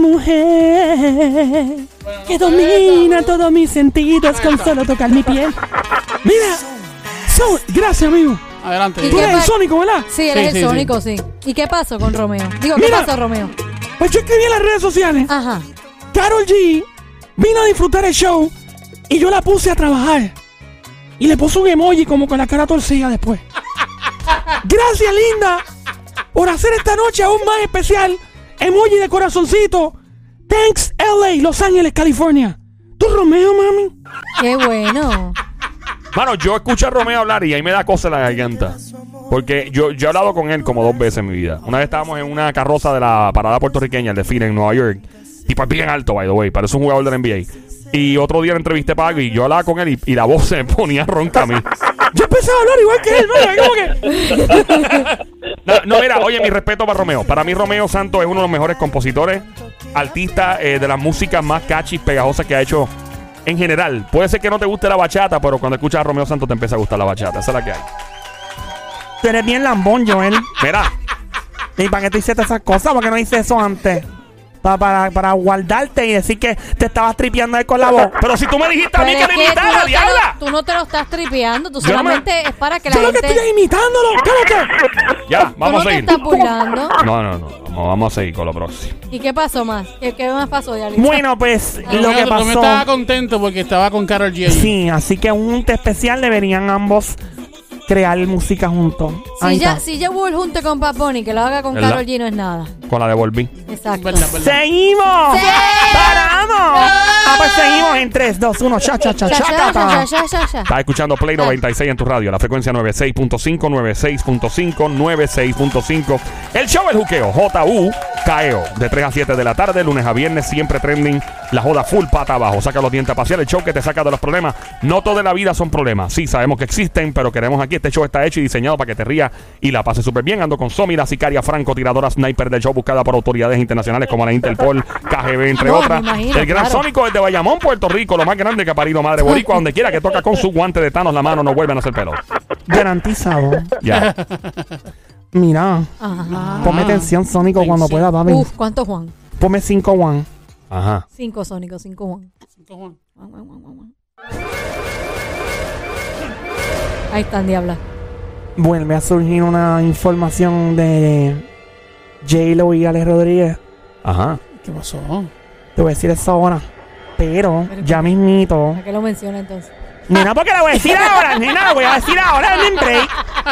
mujer que domina todos mis sentidos con solo tocar mi piel. Mira, gracias, amigo. Adelante. ¿Y Tú qué eres el pa- Sónico, ¿verdad? Sí, él es Sí, el sí, sónico, sí. ¿Y qué pasó con Romeo? Digo, ¿qué Mira. pasó, Romeo? Pues yo escribí en las redes sociales. Ajá. Karol G vino a disfrutar el show y yo la puse a trabajar. Y le puse un emoji como con la cara torcida después. Gracias, linda, por hacer esta noche aún más especial. Emoji de corazoncito. Thanks, LA, Los Ángeles, California. ¿Tú, Romeo, mami? Qué bueno. Mano, yo escucho a Romeo hablar y ahí me da cosa en la garganta. Porque yo he hablado con él como 2 veces en mi vida. Una vez estábamos en una carroza de la parada puertorriqueña, el desfile en Nueva York. Tipo es bien alto, by the way, parece un jugador del NBA. Y otro día lo entrevisté para algo y yo hablaba con él y la voz se me ponía ronca a mí. Yo empecé a hablar igual que él, ¿no? ¿Cómo que? No, mira, oye, mi respeto para Romeo. Para mí Romeo Santos es uno de los mejores compositores, artistas de las músicas más catchy, pegajosas que ha hecho en general. Puede ser que no te guste la bachata, pero cuando escuchas a Romeo Santos te empieza a gustar la bachata. Esa es la que hay. Tú eres bien lambón, Joel. Mira, ¿Y para qué tú hiciste esas cosas? ¿Por qué no hice eso antes? Para guardarte y decir que te estabas tripeando ahí con la voz. pero si tú me dijiste a mí Pero que es me que imitara, diabla. tú no te lo estás tripeando. Tú Yo no me- solamente es para que la Yo lo que estoy gente... es imitándolo. Cállate. Ya, Tú vamos no a te seguir. estás burlando. No, vamos a seguir con lo próximo. ¿Y qué pasó más? ¿Qué más pasó, Dialita? Bueno, pues lo que Romeo pasó. estaba contento porque estaba con Karol G allí. Sí, así que un junte especial deberían ambos crear música juntos. Ahí está. Si ya hubo el junte con Bad Bunny, que lo haga con ¿Verdad? Karol G no es nada. Con la de Volví. Exacto. Verdad. ¡Seguimos! ¡Sí! ¡Paramos! Pues seguimos en 3, 2, 1. Ya, ya, ya, Chacata. ya. Estás escuchando Play 96 en tu radio, la frecuencia 96.5, 96.5, 96.5. El show El Juqueo, J-U-K-E-O, de 3 a 7 de la tarde, lunes a viernes, siempre trending, la joda full pata abajo. Saca los dientes a pasear, el show que te saca de los problemas. No toda la vida son problemas. Sí, sabemos que existen, pero queremos aquí. Este show está hecho y diseñado para que te rías y la pases súper bien. Ando con Somi, la sicaria francotiradora sniper del show, buscada por autoridades internacionales como la Interpol, KGB, entre No, otras. me imagino, El gran claro. Sónico desde Bayamón, Puerto Rico, lo más grande que ha parido madre boricua, donde quiera que toca con su guante de Thanos la mano, no vuelven a hacer pelo. Garantizado. Ya. Mira, Ajá. ponme atención, Sónico, cuando Sí. pueda, papi. Uf, ¿cuánto Juan? Ponme 5 one. Ajá. 5 Sónico, 5 Juan. Cojón. Juan. Ahí están, diabla. Vuelve a surgir una información de J-Lo y Alex Rodríguez. Ajá. ¿Qué pasó? Te voy a decir eso ahora. Pero ya mismito. ¿Para qué lo menciona entonces? Nena, porque la voy a decir ahora, nena, la voy a decir ahora en el break.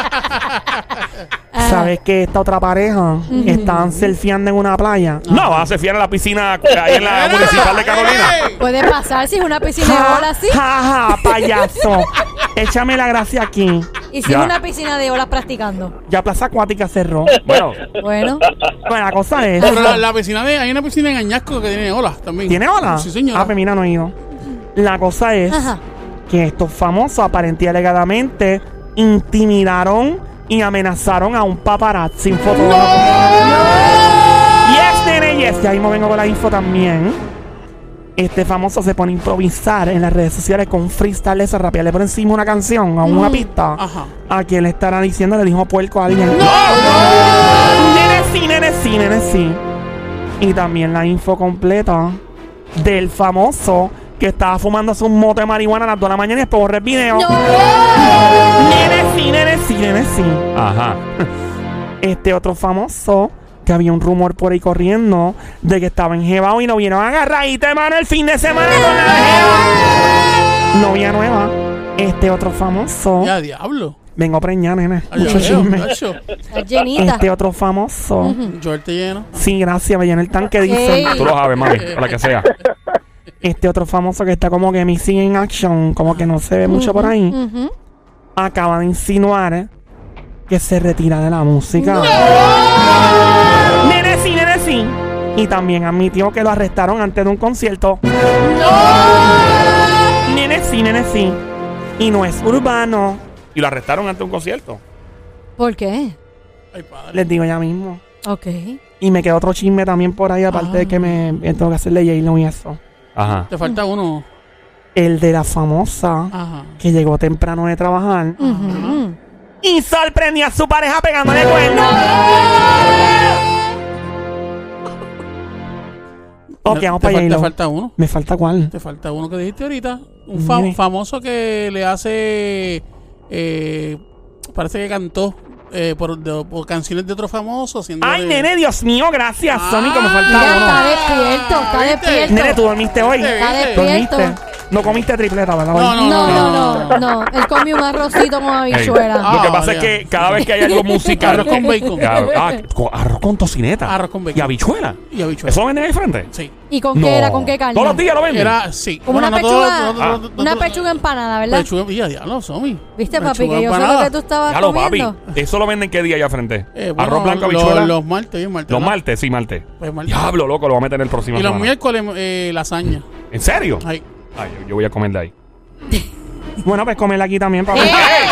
Ah, ¿Sabes que esta otra pareja estaban surfeando en una playa? No, vas a ser fiel a la piscina ahí en la municipal de Carolina. puede pasar si es una piscina de olas así. Ja, payaso. Échame la gracia aquí. Y si Ya. es una piscina de olas practicando. Ya Plaza Acuática cerró. Bueno, Bueno, Bueno, la cosa es... Pero la piscina hay una piscina en Añasco que tiene olas también. ¿Tiene ola? Sí, señora. Ah, pues mira, no he ido. La cosa es ajá. que estos famosos aparentemente y alegadamente intimidaron y amenazaron a un paparazzi, un fotógrafo. Yes, nene, yes. Ya mismo vengo con la info también. Este famoso se pone a improvisar en las redes sociales con un freestyle de esa rapearle por encima una canción a una pista. Ajá. A quien le estará diciendo, le dijo puerco a alguien. Nene sí. Y también la info completa del famoso que estaba fumándose un mote de marihuana a las 2 de la mañana y después borré el video. Nene sí. ajá. Este otro famoso, que había un rumor por ahí corriendo de que estaba enjebado y no vieron agarradita de mano el fin de semana con la jeva. Novia nueva. Este otro famoso. Ya, diablo. Vengo preñada, nene. Ay, Mucho ya veo, chisme. macho. Está llenita. Este otro famoso. Joel te lleno. Sí, gracias, me llené el tanque, dice. Ey. Tú lo sabes, mami, para que sea. este otro famoso que está como que missing in action, como que no se ve mucho por ahí, acaba de insinuar que se retira de la música. Nene sí. Y también admitió que lo arrestaron antes de un concierto. Nene sí. Y no es urbano. Y lo arrestaron antes de un concierto. ¿Por qué? Ay, padre. Les digo ya mismo. Ok. Y me quedó otro chisme también por ahí, aparte de que me tengo que hacerle J-Lo y eso. Ajá. Te falta uno. El de la famosa Ajá. que llegó temprano de trabajar Ujú. y sorprendió a su pareja pegándole cuernos. Ok, vamos para Te J-Lo. falta uno. ¿Me falta cuál? Te falta uno que dijiste ahorita. Un Mire. famoso que le hace. Parece que cantó por canciones de otro famoso. Ay, nene, Dios mío, gracias, Sony, como Mira, falta está uno. despierto, está ¿viste? despierto. Nene, ¿tú dormiste hoy? Está despierto. ¿Dormiste? No comiste tripleta, ¿verdad? No. Él comió un arrocito con habichuela. Lo que Ah, pasa es ya. que cada vez que hay algo musical. Arroz con bacon. Arroz con tocineta. Arroz con bacon. Y habichuela. Y habichuela. ¿Eso lo venden ahí frente? Sí. ¿Y con qué era? ¿Con qué carne? Todos los días lo venden. Era, sí. Como una Bueno, pechuga, todo- una pechuga empanada, ¿verdad? Pechuga, y ya lo Somi. ¿Viste, papi? Pechuga Que yo sé lo empanada. que tú estabas Claro, papi. comiendo. ¿Eso lo venden qué día allá frente? Bueno, Arroz blanco, habichuela. Los martes, bien martes. Los ¿no? martes, sí, martes. Pues martes. Diablo, loco, lo voy a meter en el próximo Y los semana. miércoles, lasaña. ¿En serio? Ay. Ay, yo voy a comer de ahí. Bueno, pues comerla aquí también, papá.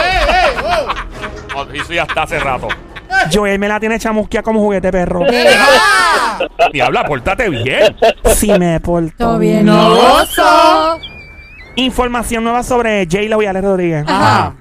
Oh, eso ya está hace rato. Joel me la tiene chamusquia como juguete perro. Diabla, pórtate bien. Si me porto Todo bien. No. Oso. Información nueva sobre J-Lo y Alex Rodríguez. Ajá.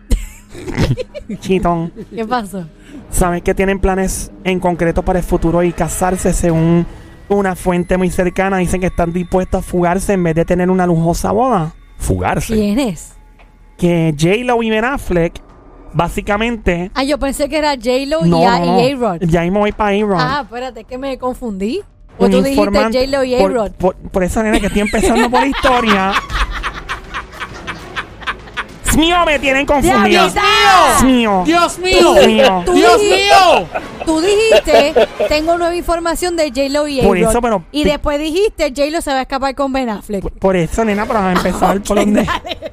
Chitón. ¿Qué pasó? ¿Sabes que tienen planes en concreto para el futuro y casarse? Según una fuente muy cercana, dicen que están dispuestos a fugarse en vez de tener una lujosa boda. Fugarse. ¿Quién es? Que J-Lo y Ben Affleck, básicamente... Ah, yo pensé que era J-Lo No, y no. A-Rod. Ya mismo voy para A-Rod. Ah, espérate, que me confundí. Un O tú dijiste informante- J-Lo y por- A-Rod. Por esa nena que estoy empezando por la historia. Dios mío, me tienen confundido. Dios mío. Dios mío. Dios mío. Dios mío. Tú Dios dijiste- mío. Tú dijiste, tengo nueva información de J-Lo y Por A-Rod. eso, pero- Y después dijiste, J-Lo se va a escapar con Ben Affleck. Por eso, nena, pero vamos a empezar por donde.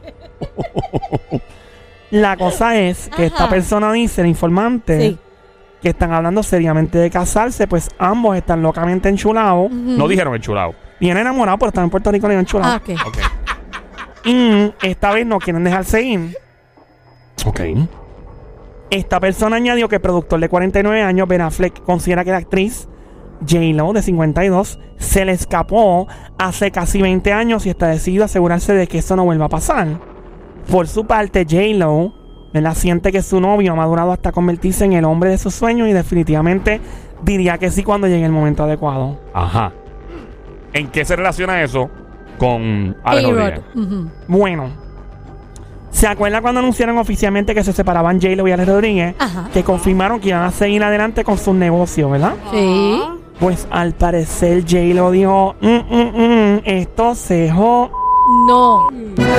La cosa es que esta Ajá. persona dice, el informante, Sí. que están hablando seriamente de casarse, pues ambos están locamente enchulados. No dijeron el chulado. Vienen enamorados, pero están en Puerto Rico y enchulados. Ah, ok. Ok. Y esta vez no quieren dejarse ir. Ok. Esta persona añadió que el productor de 49 años, Ben Affleck, considera que la actriz J-Lo, de 52, se le escapó hace casi 20 años y está decidido a asegurarse de que eso no vuelva a pasar. Por su parte, J-Lo, ¿verdad?, siente que su novio ha madurado hasta convertirse en el hombre de sus sueños y definitivamente diría que sí cuando llegue el momento adecuado. Ajá. ¿En qué se relaciona eso con Alex Rodríguez? A-Rod. Ujú. Bueno, ¿se acuerda cuando anunciaron oficialmente que se separaban J-Lo y Alex Rodríguez? Ajá. Que confirmaron que iban a seguir adelante con sus negocios, ¿verdad? Sí. Pues al parecer J-Lo dijo, esto se No.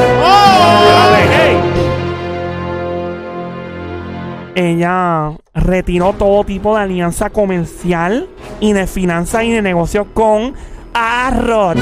Ella retiró todo tipo de alianza comercial y de finanzas y de negocios con A-Rod.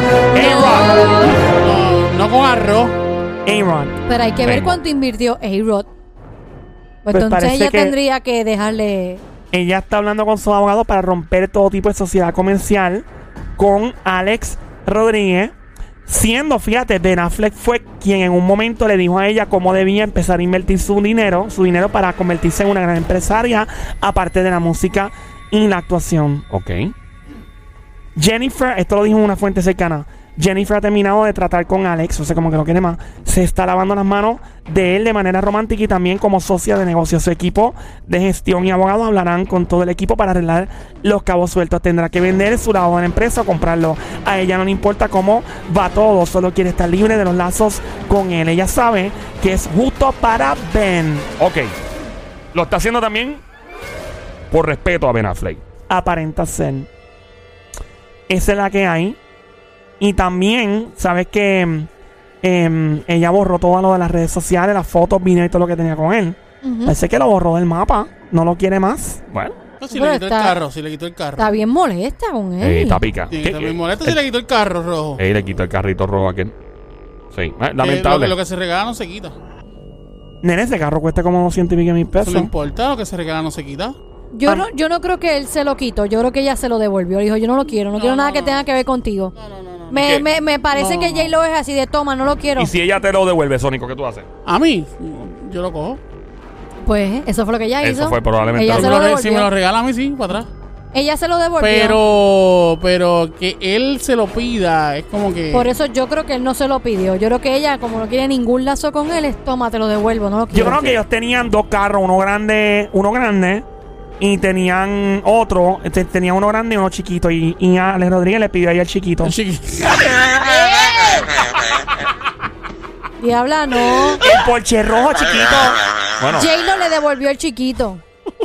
No con arroz. A-Rod. Pero hay que ver Venga. cuánto invirtió A-Rod. Pues Pues entonces parece ella que- tendría que dejarle... Ella está hablando con sus abogados para romper todo tipo de sociedad comercial con Alex Rodríguez. Siendo, fíjate, Ben Affleck fue quien en un momento le dijo a ella cómo debía empezar a invertir su dinero para convertirse en una gran empresaria, aparte de la música y la actuación. Ok. Jennifer, esto lo dijo una fuente cercana, Jennifer ha terminado de tratar con Alex, o sea, como que lo quiere más. Se está lavando las manos de él de manera romántica y también como socia de negocio. Su equipo de gestión y abogados hablarán con todo el equipo para arreglar los cabos sueltos. Tendrá que vender su lado de la empresa o comprarlo. A ella no le importa cómo va todo, solo quiere estar libre de los lazos con él. Ella sabe que es justo para Ben. Ok. Lo está haciendo también por respeto a Ben Affleck. Aparenta ser. Esa es la que hay. Y también, sabes que ella borró todo lo de las redes sociales, las fotos, videos y todo lo que tenía con él. Ujú. Parece que lo borró del mapa. No lo quiere más. Bueno, No, si le quitó el carro, si le quitó el carro. Está bien molesta con él. Está pica. Sí, está bien molesta si le quitó el carro rojo. Le quitó el carrito rojo a aquel. Sí, lamentable. Lo que se regala no se quita. Nene, ese carro cuesta como 200 y pico mil Eso pesos. no importa, lo que se regala no se quita. Yo no creo que él se lo quitó. Yo creo que ella se lo devolvió. Le dijo, yo no lo quiero. No quiero nada que tenga que ver contigo. No. Me parece que J-Lo es así de toma, no lo quiero. Y si ella te lo devuelve, Sónico, ¿qué tú haces? A mí, yo lo cojo. Pues eso fue lo que ella hizo. Eso fue probablemente Ella lo se que- lo devolvió. Si me lo regala a mí, sí, para atrás. Ella se lo devolvió. Pero que él se lo pida, es como que... Por eso yo creo que él no se lo pidió. Yo creo que ella, como no quiere ningún lazo con él, es toma, te lo devuelvo, no lo Yo quiero. creo que ellos tenían dos carros, uno grande, y tenían otro, tenían uno grande y uno chiquito. Y Alex Rodríguez le pidió ahí al chiquito. El chiqui- Diabla, no. El Porsche rojo chiquito. Bueno, J-Lo le devolvió el chiquito.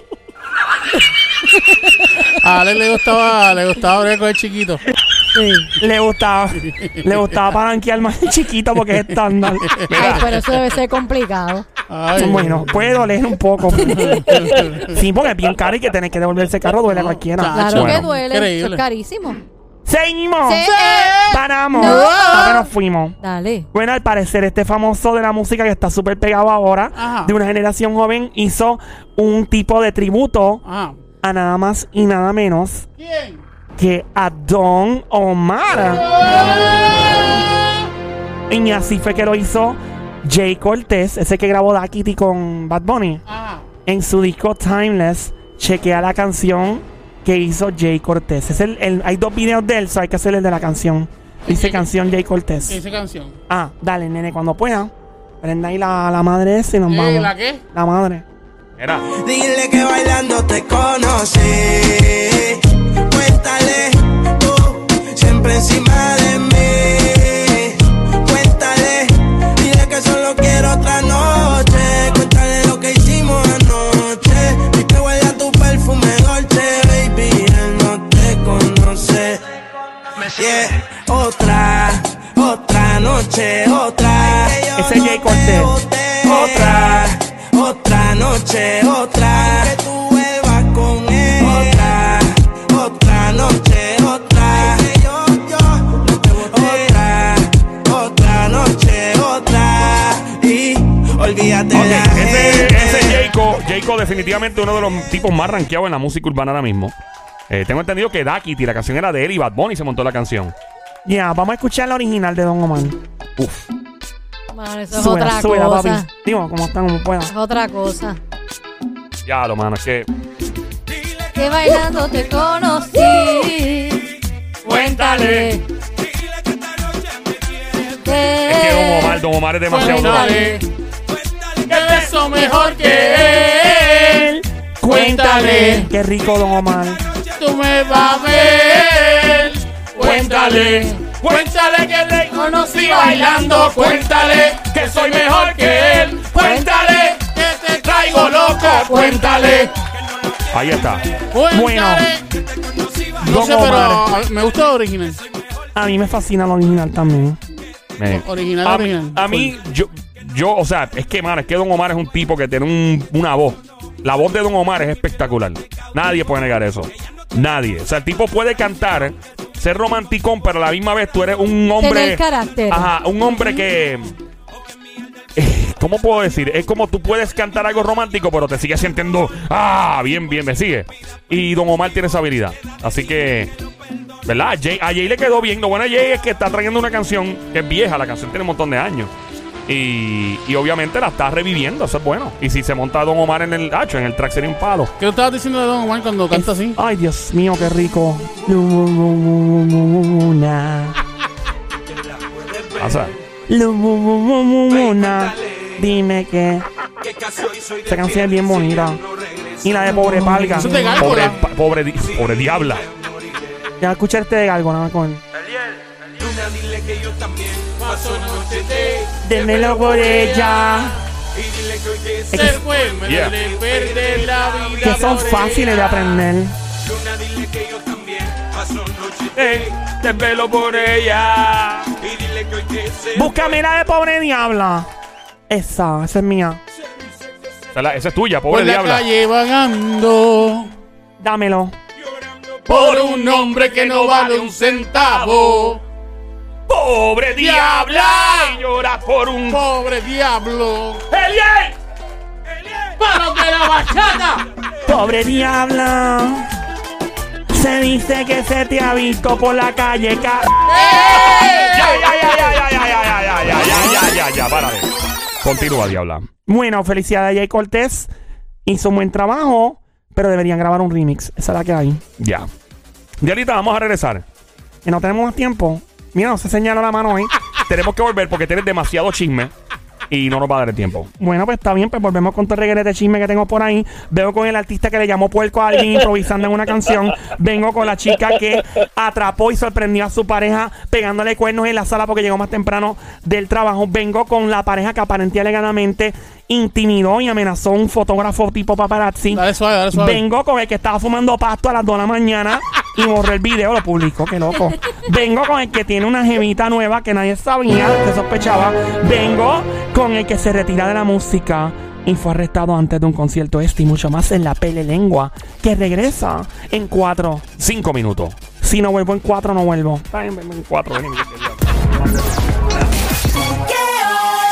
A Alex le gustaba hablar con el chiquito. Sí. Le gustaba palanquear más el chiquito porque es estándar. Ay, pero eso debe ser complicado. Ay. Bueno, puede doler un poco. Sí, porque es bien caro y que tenés que devolver ese carro duele a cualquiera. Chacho. Claro Bueno, que duele. increíble. Eso es carísimo. Seguimos. Sí. Paramos. No. Ahora nos fuimos. Dale. Bueno, al parecer este famoso de la música que está súper pegado ahora, Ajá. de una generación joven, hizo un tipo de tributo Ah. a nada más y nada menos ¿Quién? que a Don Omar. Y así fue que lo hizo Jay Cortez, ese que grabó Da Kitty con Bad Bunny. Ah. En su disco Timeless, chequea la canción que hizo Jay Cortez. Es hay dos videos de él, so hay que hacer el de la canción. Dice canción Jay Cortez. Esa canción. Ah, dale, nene, cuando pueda. Prenda ahí la madre esa y nos vamos. ¿La qué? La madre. era. Dile que bailando te conocí. Cuéntale tú, siempre encima de mí. Cuéntale, dile que solo quiero otra noche. Cuéntale lo que hicimos anoche. Y que huele a tu perfume Dolce, baby. Él no te conoce. Yeah, otra noche, otra. Ese es Jay Cortez. Otra noche, otra. Que tú vuelvas con él. Otra noche, otra. Otra noche, otra. Y olvídate Ok, de la ese gente. Jayco definitivamente uno de los tipos más rankeados en la música urbana ahora mismo. Tengo entendido que Da Kitty, la canción era de él y Bad Bunny se montó la canción. Ya, vamos a escuchar la original de Don Omar. Uf. Mano, eso es otra súbela, cosa. papi. Digo, como está, como pueda. Es otra cosa. Ya lo mano, es que. Que bailando te conocí. Cuéntale. Es que Don Omar es demasiado duro. Cuéntale. Que eso mejor que él. Cuéntale. Qué rico Don Omar. Tú me vas a ver. Cuéntale. Cuéntale que le conocí bailando. Cuéntale que soy mejor que él. Cuéntale que te traigo loco. Cuéntale. Ahí está. Cuéntale. No Don sé, pero Omar. me gusta el original. A mí me fascina la original también. Original, a, original. a mí, yo, o sea, es que, mano, es que Don Omar es un tipo que tiene una voz. La voz de Don Omar es espectacular. Nadie puede negar eso. Nadie. O sea, el tipo puede cantar, ser romanticón, pero a la misma vez tú eres un hombre. Tener carácter. Ajá, un hombre que. ¿Cómo puedo decir? Es como tú puedes cantar algo romántico, pero te sigues sintiendo. Bien, me sigue. Y Don Omar tiene esa habilidad. Así que. ¿Verdad? A Jay le quedó bien. Lo bueno de Jay es que está trayendo una canción que es vieja. La canción tiene un montón de años. Y obviamente la está reviviendo. Eso es bueno. Y si se monta Don Omar en el track sería un palo. ¿Qué tú estabas diciendo de Don Omar cuando canta así? Ay, Dios mío, qué rico. Luna. O sea, Luna. Dime que. Esa canción es bien bonita. Y la de Pobre Palga. Eso es de Gárgola. pobre diabla. Ya escuché este de Gárgola con él. Démelo por ella. Se fue, me Yeah. duele perder la vida. Que son por fáciles de ella. aprender. Desvelo por ella. Búscame la de Pobre Diabla. Esa es mía. Esa es tuya, Por pobre la diabla. calle vagando. Dámelo. Por un hombre que no vale un centavo. Pobre diabla. Y llora por un... Pobre diablo. ¡Eliel! ¡Palos de la bachata! Pobre diabla. Se dice que se te ha visto por la calle. Ya, párale. Continúa, diabla. Bueno, felicidades a Jay Cortés. Hizo un buen trabajo, pero deberían grabar un remix. Esa es la que hay. Ya. Diablita, vamos a regresar. Y no tenemos más tiempo. Mira, no se señala la mano ahí. Tenemos que volver porque tienes demasiado chisme y no nos va a dar el tiempo. Bueno, pues está bien, pues volvemos con todo el reguete de chisme que tengo por ahí. Veo con el artista que le llamó puerco a alguien improvisando en una canción. Vengo con la chica que atrapó y sorprendió a su pareja pegándole cuernos en la sala porque llegó más temprano del trabajo. Vengo con la pareja que aparentemente alegadamente intimidó y amenazó a un fotógrafo tipo paparazzi. Dale suave, dale suave. Vengo con el que estaba fumando pasto a las 2 de la mañana y borré el video, lo publicó, qué loco. Vengo con el que tiene una jevita nueva que nadie sabía, que sospechaba. Vengo con el que se retira de la música y fue arrestado antes de un concierto y mucho más en la Pele Lengua, que regresa en 4. 5 minutos. Si no vuelvo en 4, no vuelvo. En 4, ven,